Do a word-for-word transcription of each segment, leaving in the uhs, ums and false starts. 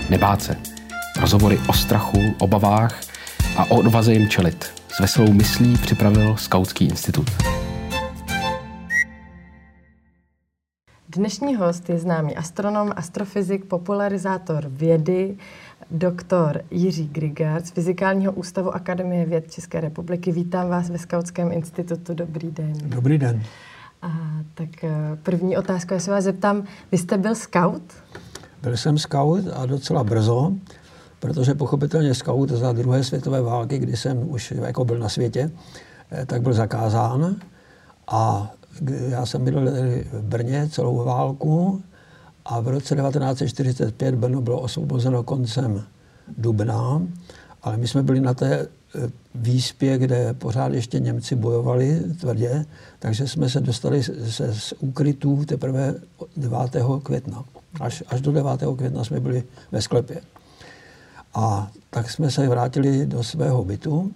nebát se. Rozhovory o strachu, obavách a o odvaze jim čelit. S veselou myslí připravil Skautský institut. Dnešní host je známý astronom, astrofyzik, popularizátor vědy, doktor Jiří Grigart z Fyzikálního ústavu Akademie věd České republiky. Vítám vás ve Skautském institutu. Dobrý den. Dobrý den. A, tak první otázka, já se vás zeptám, vy jste byl skaut? Byl jsem skaut a docela brzo, protože pochopitelně skaut za druhé světové války, kdy jsem už jako byl na světě, tak byl zakázán. A já jsem byl v Brně celou válku a v roce devatenáct set čtyřicet pět Brno bylo osvobozeno koncem dubna, ale my jsme byli na té výspě, kde pořád ještě Němci bojovali tvrdě, takže jsme se dostali se z úkrytů teprve devátého května. Až, až do devátého května jsme byli ve sklepě. A tak jsme se vrátili do svého bytu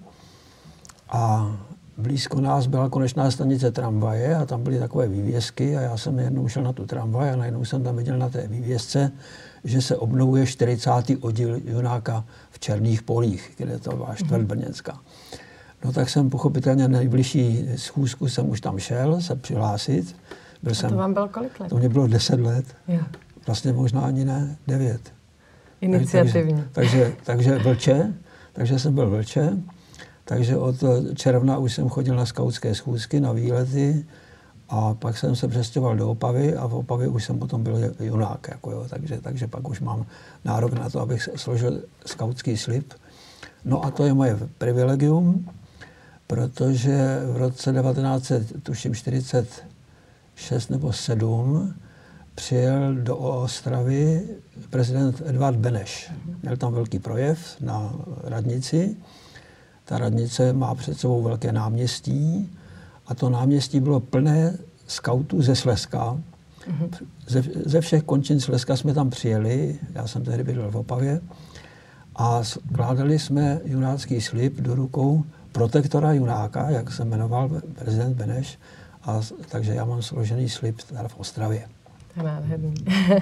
a blízko nás byla konečná stanice tramvaje a tam byly takové vývězky a já jsem jednou šel na tu tramvaj a najednou jsem tam viděl na té vývězce, že se obnovuje čtyřicátý oddíl Junáka v Černých polích, kde to byla čtvrt brněnská. No tak jsem pochopitelně nejbližší schůzku jsem už tam šel se přihlásit. Byl a jsem, to vám bylo kolik let? To mě bylo deset let. Jo. Vlastně možná ani ne, devět. Iniciativní. Takže, takže, takže vlče, takže jsem byl vlče. Takže od června už jsem chodil na skautské schůzky, na výlety a pak jsem se přestěhoval do Opavy a v Opavě už jsem potom byl junák. Jako jo, takže, takže pak už mám nárok na to, abych složil skautský slib. No a to je moje privilegium, protože v roce devatenáct set čtyřicet šest nebo sedm přijel do Ostravy prezident Edvard Beneš. Měl tam velký projev na radnici. Ta radnice má před sebou velké náměstí a to náměstí bylo plné skautů ze Slezska. Mm-hmm. Ze, ze všech končin Slezska jsme tam přijeli, já jsem tehdy bydlel v Opavě, a skládali jsme junácký slib do rukou protektora Junáka, jak se jmenoval prezident Beneš, a takže já mám složený slib tady v Ostravě. To je nádherný.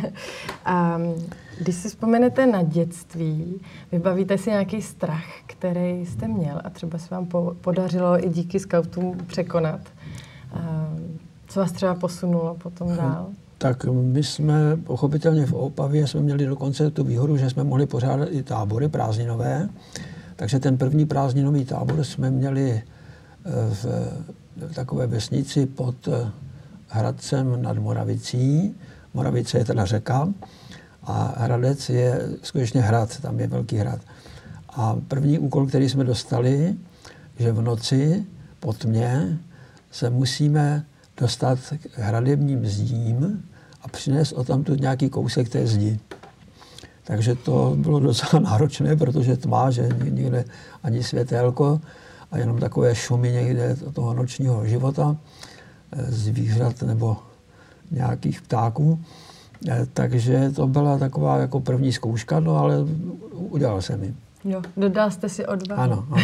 A když si vzpomenete na dětství, vybavíte si nějaký strach, který jste měl a třeba se vám po, podařilo i díky skautům překonat. A co vás třeba posunulo potom dál? Tak my jsme pochopitelně v Opavě jsme měli dokonce tu výhodu, že jsme mohli pořádat i tábory prázdninové. Takže ten první prázdninový tábor jsme měli v, v takové vesnici pod Hradcem nad Moravicí. Moravice je teda řeka a Hradec je skutečně hrad, tam je velký hrad. A první úkol, který jsme dostali, že v noci po tmě se musíme dostat k hradebním zdím a přinést odtamtud nějaký kousek té zdi. Takže to bylo docela náročné, protože tma, že nikde ani světélko a jenom takové šumy někde toho nočního života, zvířat nebo nějakých ptáků. Takže to byla taková jako první zkouška, no ale udělal jsem ji. Jo, dodal jste si odvahu. Ano, ano.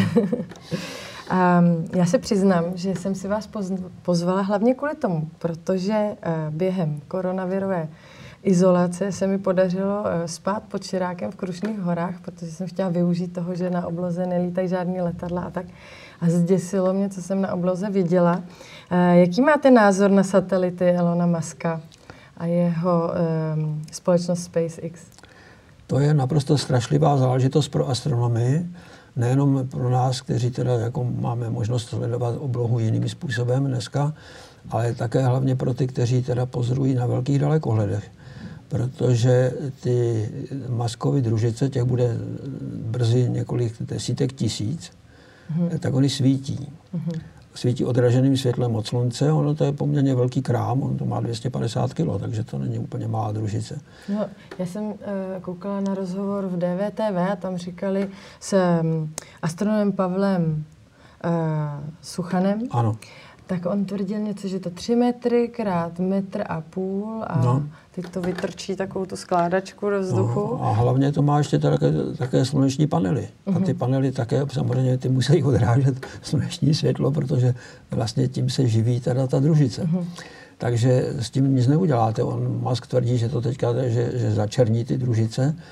um, já se přiznám, že jsem si vás pozvala hlavně kvůli tomu, protože uh, během koronavirové izolace se mi podařilo uh, spát pod Širákem v Krušných horách, protože jsem chtěla využít toho, že na obloze nelítají žádný letadla a tak. A zděsilo mě, co jsem na obloze viděla. Uh, jaký máte názor na satelity Elona Muska a jeho um, společnost SpaceX? To je naprosto strašlivá záležitost pro astronomii, nejenom pro nás, kteří teda jako máme možnost sledovat oblohu jiným způsobem dneska, ale také hlavně pro ty, kteří teda pozorují na velkých dalekohledech. Protože ty Muskovy družice, těch bude brzy několik desítek tisíc, mm-hmm. tak oni svítí. Mm-hmm. Svítí odraženým světlem od slunce, ono to je poměrně velký krám, on to má dvě stě padesát kilo, takže to není úplně malá družice. No, já jsem uh, koukala na rozhovor v D V T V a tam říkali s um, astronomem Pavlem uh, Suchanem. Ano. Tak on tvrdil něco, že to tři metry krát metr a půl a no. Teď to vytrčí takovou tu skládačku do vzduchu. No, a hlavně to má ještě také, také sluneční panely. Uh-huh. A ty panely také samozřejmě ty musí odrážet sluneční světlo, protože vlastně tím se živí teda ta družice. Uh-huh. Takže s tím nic neuděláte. On Musk tvrdí, že to teďka že, že začerní ty družice,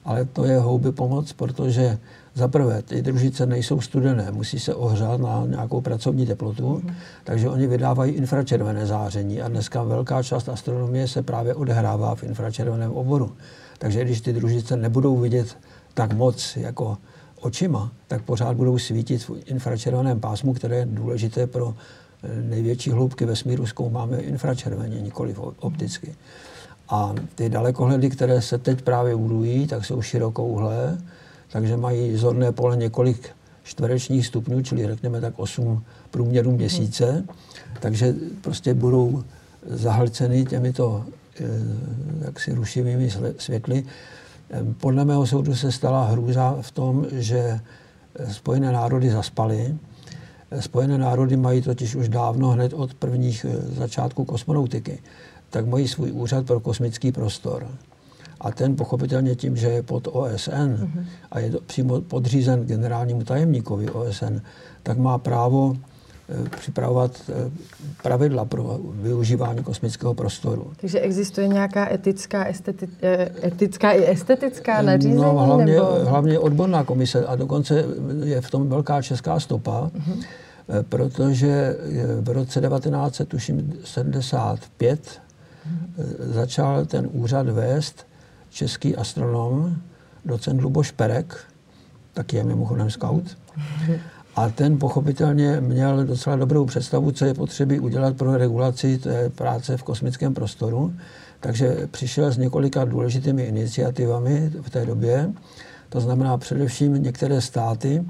ale to je houby pomoc, protože za prvé, ty družice nejsou studené, musí se ohřát na nějakou pracovní teplotu, mm. takže oni vydávají infračervené záření a dneska velká část astronomie se právě odehrává v infračerveném oboru. Takže když ty družice nebudou vidět tak moc jako očima, tak pořád budou svítit v infračerveném pásmu, které je důležité pro největší hloubky vesmíru, zkoumáme infračerveně, nikoliv opticky. A ty dalekohledy, které se teď právě budují, tak jsou širokouhlé, takže mají zorné pole několik čtverečních stupňů, čili řekněme tak osm průměrů měsíce, hmm. takže prostě budou zahlceny těmito e, jaksi rušivými světly. Podle mého soudu se stala hrůza v tom, že Spojené národy zaspaly. Spojené národy mají totiž už dávno, hned od prvních začátků kosmonautiky, tak mají svůj úřad pro kosmický prostor. A ten pochopitelně tím, že je pod O S N mm-hmm. a je to přímo podřízen generálnímu tajemníkovi O S N, tak má právo e, připravovat e, pravidla pro využívání kosmického prostoru. Takže existuje nějaká etická, esteti, e, etická i estetická nařízení? No hlavně, nebo... hlavně odborná komise a dokonce je v tom velká česká stopa, mm-hmm. e, protože v roce devatenáct sedmdesát pět mm-hmm. e, začal ten úřad vést český astronom, docent Luboš Perek, taky je mimochodem skaut. A ten pochopitelně měl docela dobrou představu, co je potřeba udělat pro regulaci té práce v kosmickém prostoru. Takže přišel s několika důležitými iniciativami v té době. To znamená především některé státy,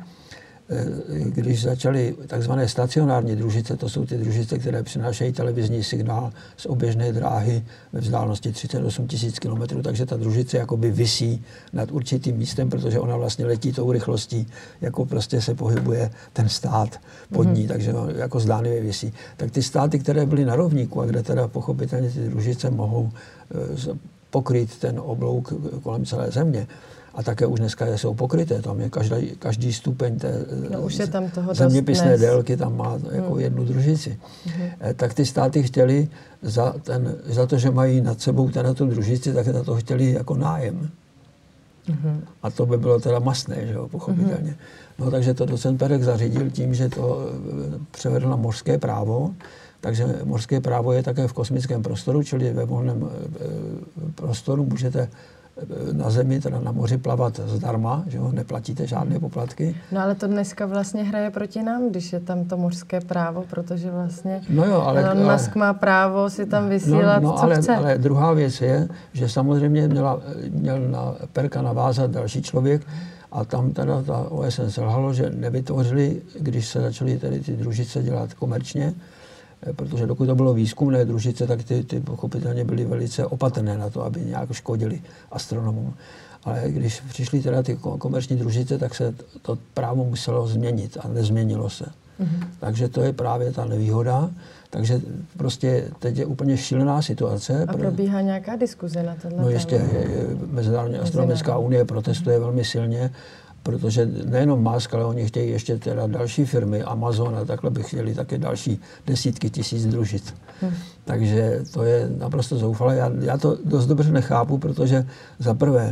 když začaly takzvané stacionární družice, to jsou ty družice, které přinášejí televizní signál z oběžné dráhy ve vzdálenosti třicet osm tisíc kilometrů, takže ta družice jakoby visí nad určitým místem, protože ona vlastně letí tou rychlostí, jako prostě se pohybuje ten stát pod ní, mm-hmm. takže jako zdánlivě visí. Tak ty státy, které byly na rovníku a kde teda pochopitelně ty družice mohou pokrýt ten oblouk kolem celé země, a také už dneska jsou pokryté, tam je každý, každý stupeň té no, už je tam toho zeměpisné délky, tam má jako hmm. jednu družici. Hmm. E, tak ty státy chtěli za, ten, za to, že mají nad sebou tu družici, tak na to chtěli jako nájem. Hmm. A to by bylo teda mastné, že jo, pochopitelně. Hmm. No takže to docent Perek zařídil tím, že to převedl na mořské právo. Takže mořské právo je také v kosmickém prostoru, čili ve volném prostoru můžete na zemi, teda na moři plavat zdarma, že jo, neplatíte žádné poplatky. No ale to dneska vlastně hraje proti nám, když je tam to mořské právo, protože vlastně no jo, ale, Elon Musk má právo si tam vysílat, no, no, co ale, chce. Ale druhá věc je, že samozřejmě měla, měl na Perka navázat další člověk a tam teda ta O S N selhalo, že nevytvořili, když se začaly tedy ty družice dělat komerčně, protože dokud to bylo výzkumné družice, tak ty, ty pochopitelně byly velice opatrné na to, aby nějak škodili astronomům. Ale když přišly teda ty komerční družice, tak se to právo muselo změnit a nezměnilo se. Mm-hmm. Takže to je právě ta nevýhoda. Takže prostě teď je úplně šílená situace. A probíhá nějaká diskuze na tohle? No ještě Mezinárodní astronomická unie protestuje velmi silně, protože nejenom Musk, ale oni chtějí ještě teda další firmy, Amazon a takhle by chtěli také další desítky tisíc družic. Hmm. Takže to je naprosto zoufalé. Já, já to dost dobře nechápu, protože za prvé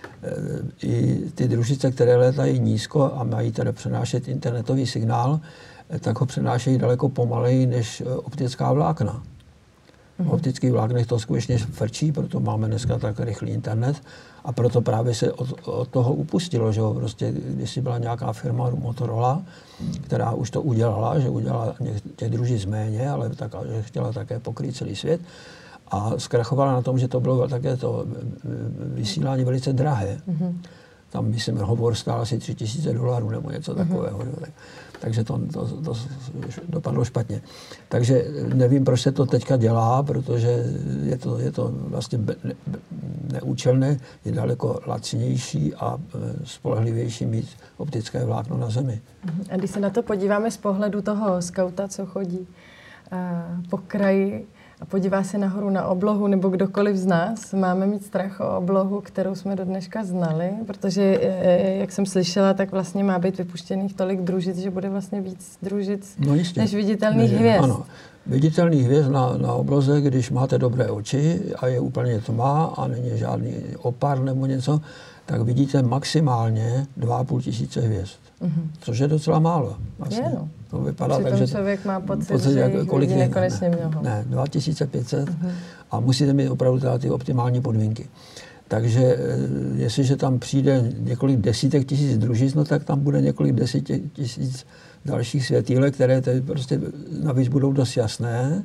i ty družice, které létají nízko a mají teda přenášet internetový signál, tak ho přenášejí daleko pomaleji než optická vlákna. V optických vláknech to skutečně frčí, proto máme dneska tak rychlý internet a proto právě se od, od toho upustilo, že jo, prostě když byla nějaká firma Motorola, která už to udělala, že udělala těch družic méně, ale tak, že chtěla také pokrýt celý svět a zkrachovala na tom, že to bylo také to vysílání velice drahé. Mm-hmm. Tam, myslím, hovor stál asi tři tisíce dolarů nebo něco takového. Mm-hmm. Tak, takže to, to, to dopadlo špatně. Takže nevím, proč se to teďka dělá, protože je to, je to vlastně be, ne, neúčelné, je daleko lacinější a spolehlivější mít optické vlákno na Zemi. A když se na to podíváme z pohledu toho skauta, co chodí uh, po kraji, a podívá se nahoru na oblohu, nebo kdokoliv z nás, máme mít strach o oblohu, kterou jsme do dneška znali, protože, jak jsem slyšela, tak vlastně má být vypuštěných tolik družic, že bude vlastně víc družic no jistě. než viditelných ne, hvězd. Ano. Viditelných hvězd na, na obloze, když máte dobré oči a je úplně tma a není žádný opar nebo něco, tak vidíte maximálně dva a půl tisíce hvězd. Mm-hmm. Což je docela málo. Vlastně. Je, no. To vypadá Přitom tak, že člověk má pocit, pocit že jak, jich kolik vidí je, nekonečně ne, mnoho. Ne, dva tisíce pět set Mm-hmm. a musíte mít opravdu teda ty optimální podmínky. Takže jestliže tam přijde několik desítek tisíc družic, no tak tam bude několik desítek tisíc dalších světýlek, které tedy prostě navíc budou dost jasné.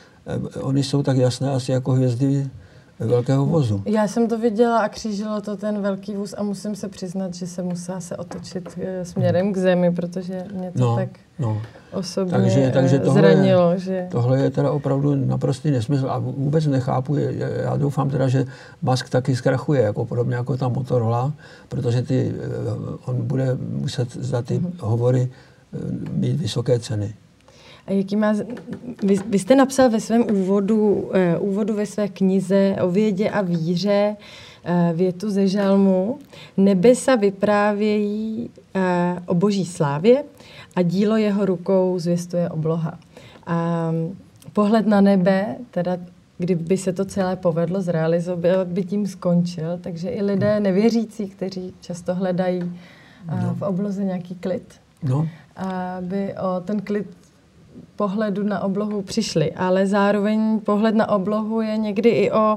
Oni jsou tak jasné asi jako hvězdy velkého vozu. Já jsem to viděla a křížilo to ten velký vůz a musím se přiznat, že se musela se otočit směrem k zemi, protože mě to no, tak no. osobně takže, takže tohle, zranilo. Že... Tohle je teda opravdu naprostý nesmysl a vůbec nechápu. Já doufám teda, že Musk taky zkrachuje, jako podobně jako ta Motorola, protože ty, on bude muset za ty mm-hmm. hovory mít vysoké ceny. A jaký má, vy, vy jste napsal ve svém úvodu, uh, úvodu ve své knize o vědě a víře uh, větu ze žalmu. Nebesa vyprávějí uh, o boží slávě a dílo jeho rukou zvěstuje obloha. A pohled na nebe, teda kdyby se to celé povedlo zrealizovat, by tím skončil. Takže i lidé nevěřící, kteří často hledají uh, no. v obloze nějaký klid, no. aby o ten klid pohledu na oblohu přišli, ale zároveň pohled na oblohu je někdy i o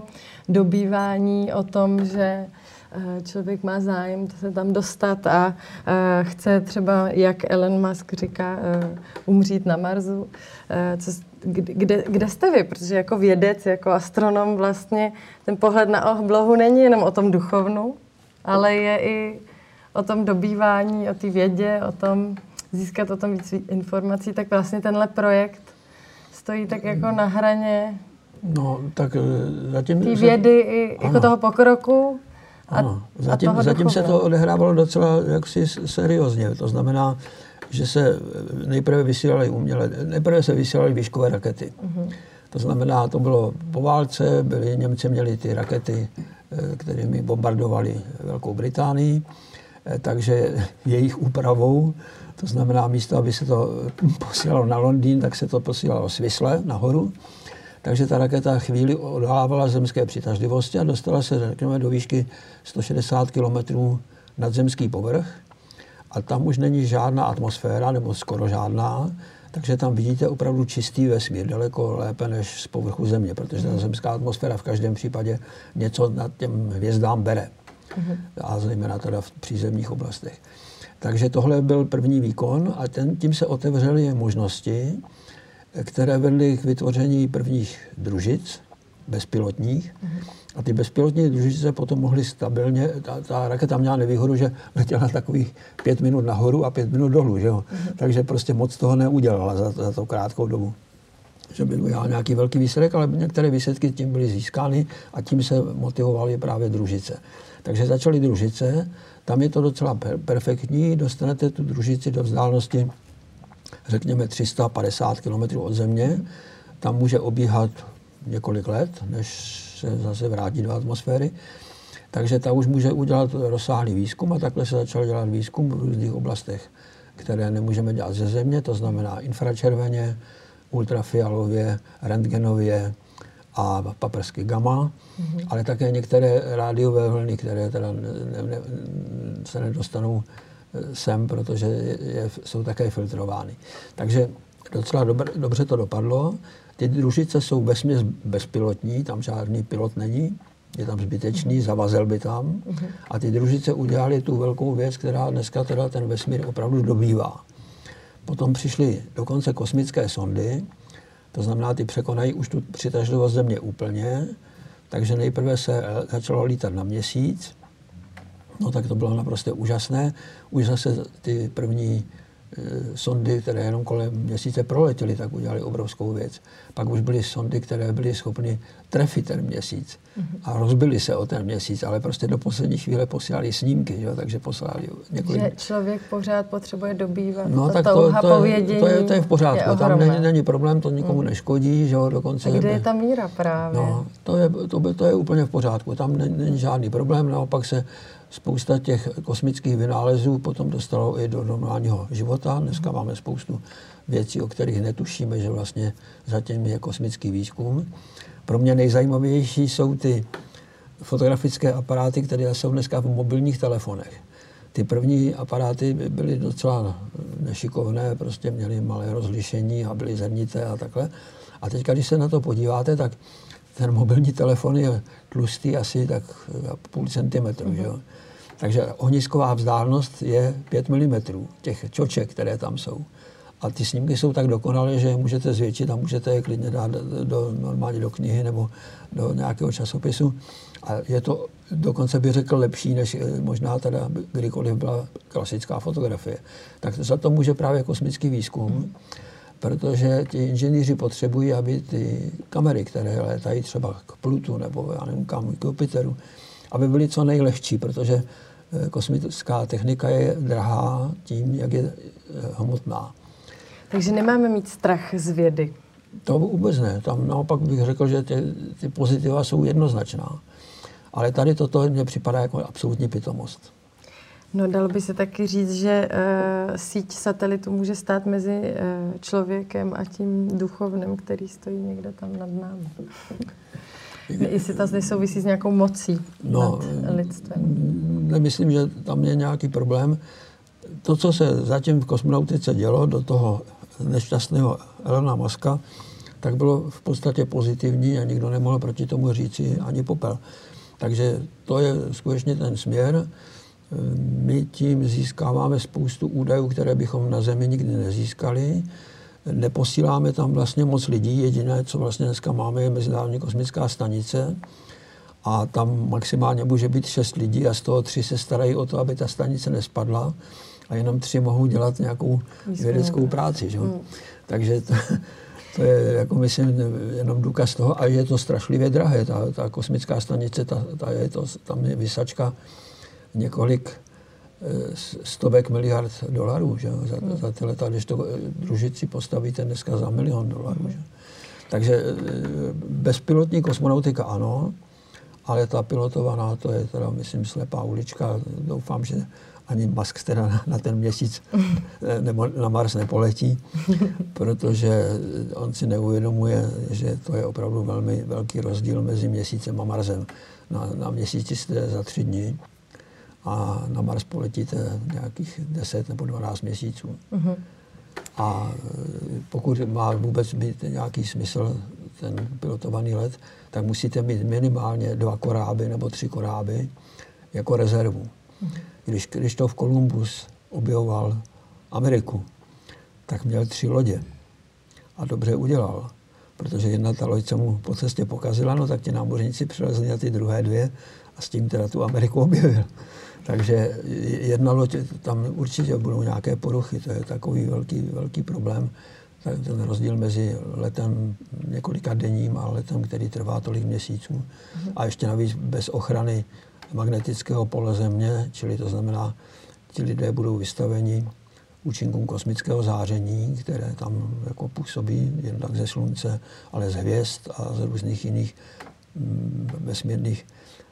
dobývání, o tom, že člověk má zájem se tam dostat a chce třeba, jak Elon Musk říká, umřít na Marsu. Co, kde, kde jste vy? Protože jako vědec, jako astronom vlastně ten pohled na oblohu není jenom o tom duchovnu, ale je i o tom dobývání, o té vědě, o tom získat o tom víc informací, tak vlastně tenhle projekt stojí tak jako na hraně no, tak zatím té vědy i jako toho pokroku. A, ano, zatím, a toho zatím se duchovna. to odehrávalo docela jaksi seriózně. To znamená, že se nejprve vysílaly uměle, nejprve se vysílaly výškové rakety. Uh-huh. To znamená, to bylo po válce, byli, Němci měli ty rakety, kterými bombardovali Velkou Británii, takže jejich úpravou, to znamená místo, aby se to posílalo na Londýn, tak se to posílalo z Whistler nahoru. Takže ta raketa chvíli odhalávala zemské přitažlivosti a dostala se, řekněme, do výšky sto šedesát kilometrů nad zemský povrch. A tam už není žádná atmosféra, nebo skoro žádná, takže tam vidíte opravdu čistý vesmír, daleko lépe než z povrchu země, protože ta zemská atmosféra v každém případě něco nad těm hvězdám bere. Mm-hmm. A zejména teda v přízemních oblastech. Takže tohle byl první výkon a ten, tím se otevřely možnosti, které vedly k vytvoření prvních družic bezpilotních. Mm-hmm. A ty bezpilotní družice potom mohly stabilně, ta, ta raketa měla nevýhodu, že letěla takových pět minut nahoru a pět minut dolů, že jo? Mm-hmm. Takže prostě moc toho neudělala za, za tu krátkou dobu. Že by udělal nějaký velký výsledek, ale některé výsledky tím byly získány a tím se motivovaly právě družice. Takže začaly družice, tam je to docela per- perfektní, dostanete tu družici do vzdálenosti řekněme tři sta padesát kilometrů od země, tam může obíhat několik let, než se zase vrátí do atmosféry. Takže ta už může udělat rozsáhlý výzkum a takhle se začal dělat výzkum v různých oblastech, které nemůžeme dělat ze země, to znamená infračerveně, ultrafialově, rentgenově a paprsky gamma, mm-hmm. ale také některé rádiové vlny, které teda ne, ne, se nedostanou sem, protože je, jsou také filtrovány. Takže docela dobr, dobře to dopadlo. Ty družice jsou vesměs bezpilotní, tam žádný pilot není, je tam zbytečný, zavazel by tam. A ty družice udělali tu velkou věc, která dneska teda ten vesmír opravdu dobývá. Potom přišly dokonce kosmické sondy, to znamená, ty překonají už tu přitažlivost země úplně, takže nejprve se začalo lítat na Měsíc. No tak to bylo naprosto úžasné. Už zase ty první e, sondy, které jenom kolem Měsíce proletěly, tak udělali obrovskou věc. Pak už byly sondy, které byly schopny trefit ten Měsíc. Mm-hmm. A rozbily se o ten Měsíc, ale prostě do poslední chvíle posílali snímky, jo? Takže poslali několik... Že člověk pořád potřebuje dobývat. No to tak to, to, je, to, je, to je v pořádku. Je tam není, není problém, to nikomu mm. neškodí. Že jo? Dokonce a kde je ta míra právě? No, to je, to, to je úplně v pořádku. Tam není, není žádný problém, naopak se spousta těch kosmických vynálezů potom dostalo i do normálního života. Dneska mm. máme spoustu věcí, o kterých netušíme, že vlastně zatím je kosmický výzkum. Pro mě nejzajímavější jsou ty fotografické aparáty, které jsou dneska v mobilních telefonech. Ty první aparáty byly docela nešikovné, prostě měly malé rozlišení a byly zrnité a takhle. A teď, když se na to podíváte, tak ten mobilní telefon je tlustý asi tak půl centimetru. Mm-hmm. Že jo? Takže ohnisková vzdálenost je pět milimetrů těch čoček, které tam jsou. A ty snímky jsou tak dokonalé, že je můžete zvětšit a můžete je klidně dát do, normálně do knihy nebo do nějakého časopisu. A je to dokonce bych řekl lepší, než možná teda kdykoliv byla klasická fotografie. Tak za to může právě kosmický výzkum, protože ti inženýři potřebují, aby ty kamery, které létají třeba k Plutu nebo já nevím kam, k Jupiteru, aby byly co nejlehčí, protože kosmická technika je drahá tím, jak je hmotná. Takže nemáme mít strach z vědy. To vůbec ne. Tam naopak bych řekl, že ty, ty pozitiva jsou jednoznačná. Ale tady toto mně připadá jako absolutní pitomost. No, dalo by se taky říct, že uh, síť satelitu může stát mezi uh, člověkem a tím duchovnem, který stojí někde tam nad námi. Jestli to nesouvisí s nějakou mocí no, nad lidstvem. Nemyslím, že tam je nějaký problém. To, co se zatím v kosmonautice dělo do toho nešťastného Elona Muska, tak bylo v podstatě pozitivní a nikdo nemohl proti tomu říci ani popel. Takže to je skutečně ten směr. My tím získáváme spoustu údajů, které bychom na Zemi nikdy nezískali. Neposíláme tam vlastně moc lidí. Jediné, co vlastně dneska máme, je Mezinárodní kosmická stanice. A tam maximálně může být šest lidí a z toho tři se starají o to, aby ta stanice nespadla. A jenom tři mohou dělat nějakou vědeckou práci. Že? Hmm. Takže to, to je, jako myslím, jenom důkaz toho. A je to strašlivě drahé. Ta, ta kosmická stanice, ta, ta je to, tam je vysačka několik stovek miliard dolarů, že? Za, hmm. za ty leta, když to družici postavíte dneska za milion dolarů. Že? Takže bezpilotní kosmonautika ano, ale ta pilotovaná, to je teda, myslím, slepá ulička. Doufám, že ani Musk teda na, na ten měsíc nebo na Mars nepoletí, protože on si neuvědomuje, že to je opravdu velmi velký rozdíl mezi měsícem a Marsem. Na, na měsíci jste za tři dny a na Mars poletíte nějakých deset nebo dvanáct měsíců. Uh-huh. A pokud má vůbec být nějaký smysl ten pilotovaný let, tak musíte mít minimálně dva koráby nebo tři koráby jako rezervu. Uh-huh. Když Krištof Kolumbus objevoval Ameriku, tak měl tři lodě. A dobře udělal, protože jedna ta loď se mu po cestě pokazila, no tak ti námořníci přilezli na ty druhé dvě a s tím teda tu Ameriku objevil. Takže jedna loď, tam určitě budou nějaké poruchy, to je takový velký, velký problém. Ten rozdíl mezi letem několika denním a letem, který trvá tolik měsíců. Mm-hmm. A ještě navíc bez ochrany magnetického pole Země, čili to znamená, ti lidé budou vystaveni účinkům kosmického záření, které tam jako působí jen tak ze Slunce, ale z hvězd a z různých jiných mm, vesmírných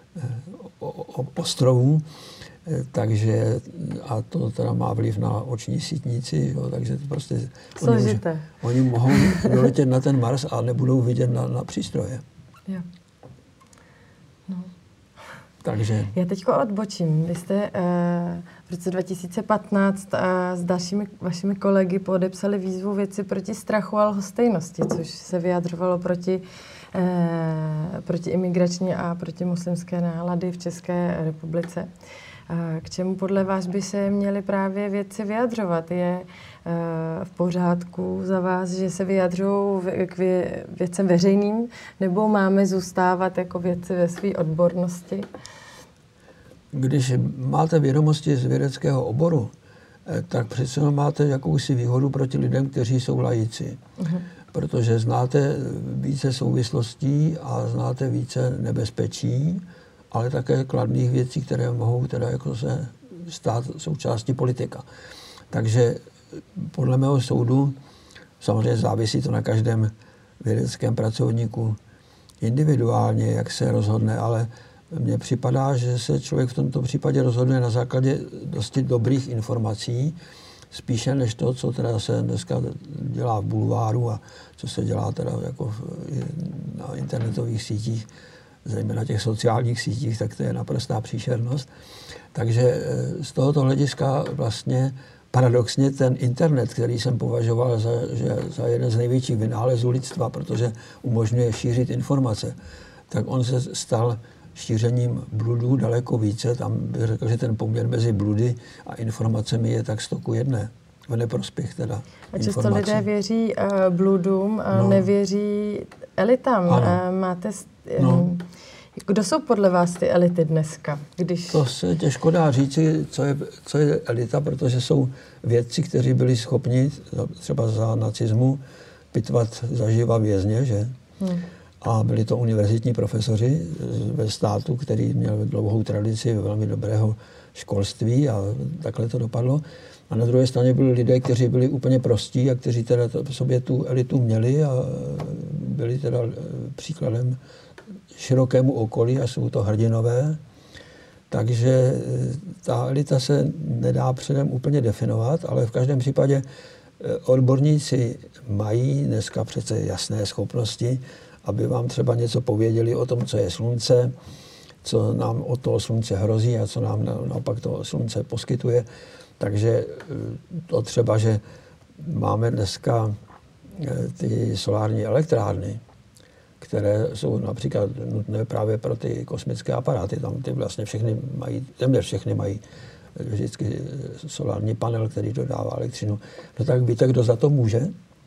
ostrovů, takže a to teda má vliv na oční sítnici, jo, takže to prostě oni, může, oni mohou doletět na ten Mars a nebudou vidět na, na přístroje. Jo. No. Takže... Já teďko odbočím. Vy jste uh, v roce dva tisíce patnáct uh, s dalšími vašimi kolegy podepsali výzvu Vědci proti strachu a lhostejnosti, což se vyjadřovalo proti Eh, proti imigrační a proti muslimské nálady v České republice. Eh, k čemu podle vás by se měli právě vědci vyjadřovat? Je eh, v pořádku za vás, že se vyjadřují k vě, věcem veřejným, nebo máme zůstávat jako vědci ve své odbornosti? Když máte vědomosti z vědeckého oboru, eh, tak přece máte jakousi výhodu proti lidem, kteří jsou laici. Uh-huh. Protože znáte více souvislostí a znáte více nebezpečí, ale také kladných věcí, které mohou teda jako se stát součástí politika. Takže podle mého soudu, samozřejmě závisí to na každém vědeckém pracovníku individuálně, jak se rozhodne, ale mně připadá, že se člověk v tomto případě rozhodne na základě dosti dobrých informací, spíše než to, co teda se dneska dělá v bulváru a co se dělá teda jako v, na internetových sítích zejména těch sociálních sítích, tak to je naprostá příšernost. Takže z tohoto hlediska vlastně paradoxně ten internet, který jsem považoval za, že, za jeden z největších vynálezů lidstva, protože umožňuje šířit informace, tak on se stal šířením bludů daleko více. Tam bych řekl, že ten poměr mezi bludy a informacemi je tak sto ku jedné. V neprospěch teda A často informací. lidé věří uh, bludům, uh, no. nevěří elitám. Uh, máte... Uh, no. Kdo jsou podle vás ty elity dneska? Když... To se těžko dá říci, co je, co je elita, protože jsou vědci, kteří byli schopni třeba za nacismu pitvat zaživa vězně, že? Hmm. A byli to univerzitní profesoři ve státu, který měl dlouhou tradici velmi dobrého školství a takhle to dopadlo. A na druhé straně byli lidé, kteří byli úplně prostí a kteří teda v sobě tu elitu měli a byli teda příkladem širokému okolí a jsou to hrdinové. Takže ta elita se nedá předem úplně definovat, ale v každém případě odborníci mají dneska přece jasné schopnosti, aby vám třeba něco pověděli o tom, co je slunce, co nám od toho slunce hrozí a co nám naopak to slunce poskytuje. Takže to třeba, že máme dneska ty solární elektrárny, které jsou například nutné právě pro ty kosmické aparáty. Tam ty vlastně všechny mají, téměř všechny mají vždycky solární panel, který dodává elektřinu. No tak víte, kdo za to může?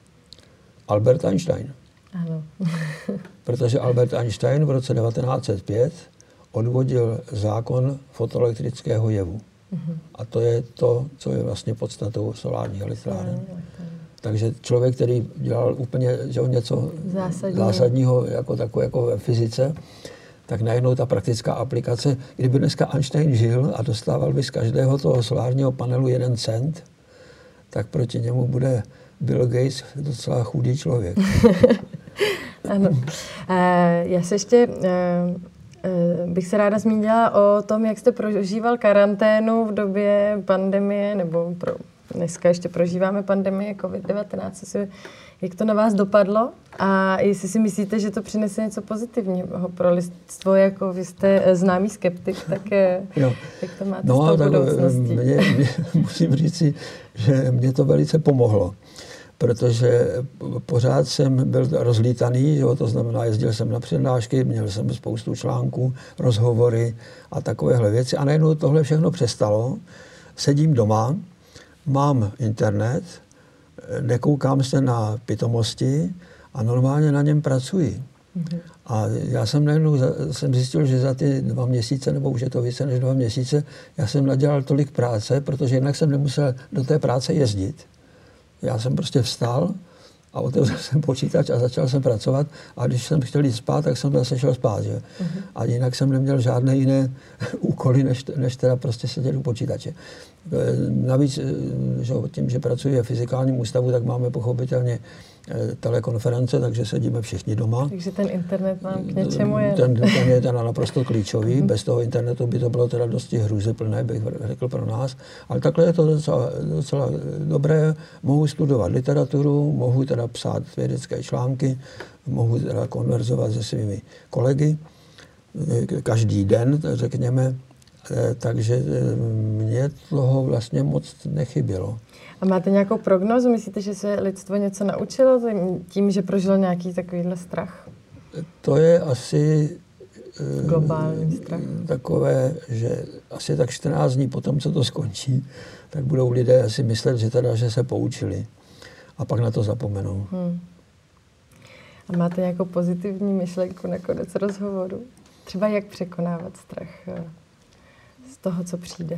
Albert Einstein. Ano. Protože Albert Einstein v roce devatenáct set pět odvodil zákon fotoelektrického jevu. Uh-huh. A to je to, co je vlastně podstatou solárních elektráren. Takže člověk, který dělal úplně že něco zásadního. zásadního jako takové jako ve fyzice, tak najednou ta praktická aplikace, kdyby dneska Einstein žil a dostával by z každého toho solárního panelu jeden cent, tak proti němu bude Bill Gates docela chudý člověk. Ano. Já se ještě bych se ráda zmínila o tom, jak jste prožíval karanténu v době pandemie, nebo pro, dneska ještě prožíváme pandemie covid devatenáct. Jak to na vás dopadlo? A jestli si myslíte, že to přinese něco pozitivního pro lidstvo, jako vy jste známý skeptik, tak jo. Jak to máte no, s tou budoucností? Mě, mě, musím říci, že mě to velice pomohlo. Protože pořád jsem byl rozlítaný, že, to znamená, jezdil jsem na přednášky, měl jsem spoustu článků, rozhovory a takovéhle věci. A najednou tohle všechno přestalo. Sedím doma, mám internet, nekoukám se na pitomosti a normálně na něm pracuji. Mm-hmm. A já jsem najednou jsem zjistil, že za ty dva měsíce, nebo už je to více než dva měsíce, já jsem nadělal tolik práce, protože jinak jsem nemusel do té práce jezdit. Já jsem prostě vstal a otevřel jsem počítač a začal jsem pracovat. A když jsem chtěl jít spát, tak jsem zase šel spát. Že? Uh-huh. A jinak jsem neměl žádné jiné úkoly, než, než teda prostě sedět u počítače. Navíc, že tím, že pracuji ve fyzikálním ústavu, tak máme pochopitelně telekonference, takže sedíme všichni doma. Takže ten internet vám k něčemu je. Ten, ten je teda naprosto klíčový. Uh-huh. Bez toho internetu by to bylo teda dosti hrůzyplné, bych řekl pro nás. Ale takhle je to docela, docela dobré. Mohu studovat literaturu, mohu teda psát vědecké články, mohu teda konverzovat se svými kolegy každý den, řekněme. Takže mně toho vlastně moc nechybělo. A máte nějakou prognózu? Myslíte, že se lidstvo něco naučilo tím, že prožilo nějaký takovýhle strach? To je asi globální strach. Takové, že asi tak čtrnáct dní potom, co to skončí, tak budou lidé asi myslet, že teda, že se poučili. A pak na to zapomenou. Hmm. A máte nějakou pozitivní myšlenku na konec rozhovoru? Třeba jak překonávat strach z toho, co přijde?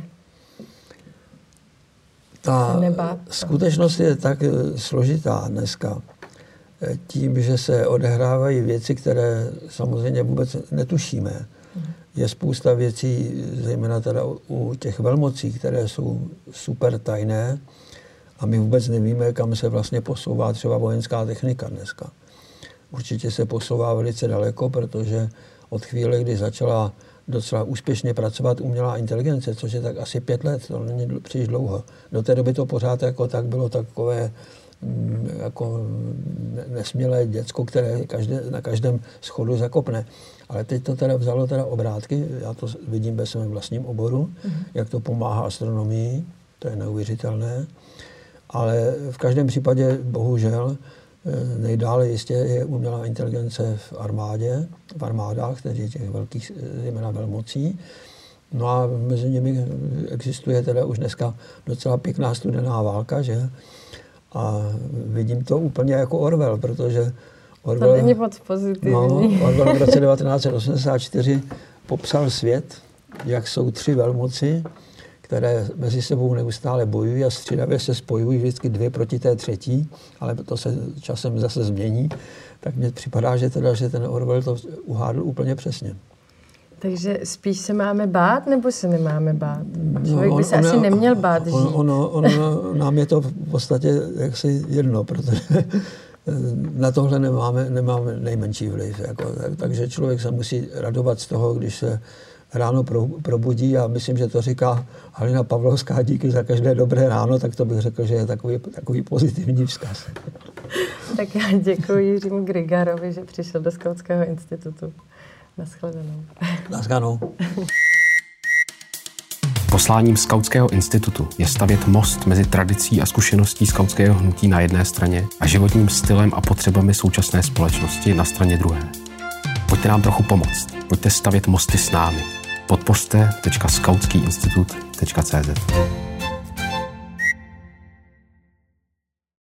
Ta skutečnost je tak složitá dneska tím, že se odehrávají věci, které samozřejmě vůbec netušíme. Je spousta věcí, zejména teda u těch velmocí, které jsou super tajné a my vůbec nevíme, kam se vlastně posouvá třeba vojenská technika dneska. Určitě se posouvá velice daleko, protože od chvíle, kdy začala docela úspěšně pracovat umělá inteligence, což je tak asi pět let, to není příliš dlouho. Do té doby to pořád jako tak bylo takové jako nesmělé děcko, které každé, na každém schodu zakopne. Ale teď to teda vzalo teda obrátky, já to vidím ve svém vlastním oboru, mm. jak to pomáhá astronomii, to je neuvěřitelné. Ale v každém případě, bohužel, nejdále jistě je umělá inteligence v armádě, v armádách, tedy těch velkých, zejména velmocí. No a mezi nimi existuje teda už dneska docela pěkná studená válka, že? A vidím to úplně jako Orwell, protože Orwell, to není moc pozitivní. No, Orwell v roce devatenáct set osmdesát čtyři popsal svět, jak jsou tři velmoci, které mezi sebou neustále bojují a střídavě se spojují vždycky dvě proti té třetí, ale to se časem zase změní. Tak mně připadá, že, teda, že ten Orwell to uhádl úplně přesně. Takže spíš se máme bát, nebo se nemáme bát? Člověk no, on, by se on, asi on, neměl bát žít. On, ono, ono, nám je to v podstatě jaksi jedno, protože na tohle nemáme, nemáme nejmenší vliv. Jako, tak, takže člověk se musí radovat z toho, když se ráno pro, probudí a myslím, že to říká Halina Pavlovská, díky za každé dobré ráno, tak to bych řekl, že je takový, takový pozitivní vzkaz. Tak já děkuji Jiřímu Grigarovi, že přišel do Skautského institutu. Naschledanou. Naschledanou. Posláním Skautského institutu je stavět most mezi tradicí a zkušeností skautského hnutí na jedné straně a životním stylem a potřebami současné společnosti na straně druhé. Pojďte nám trochu pomoct. Pojďte stavět mosty s námi. Podpořte tečka skautský institut tečka cé zet.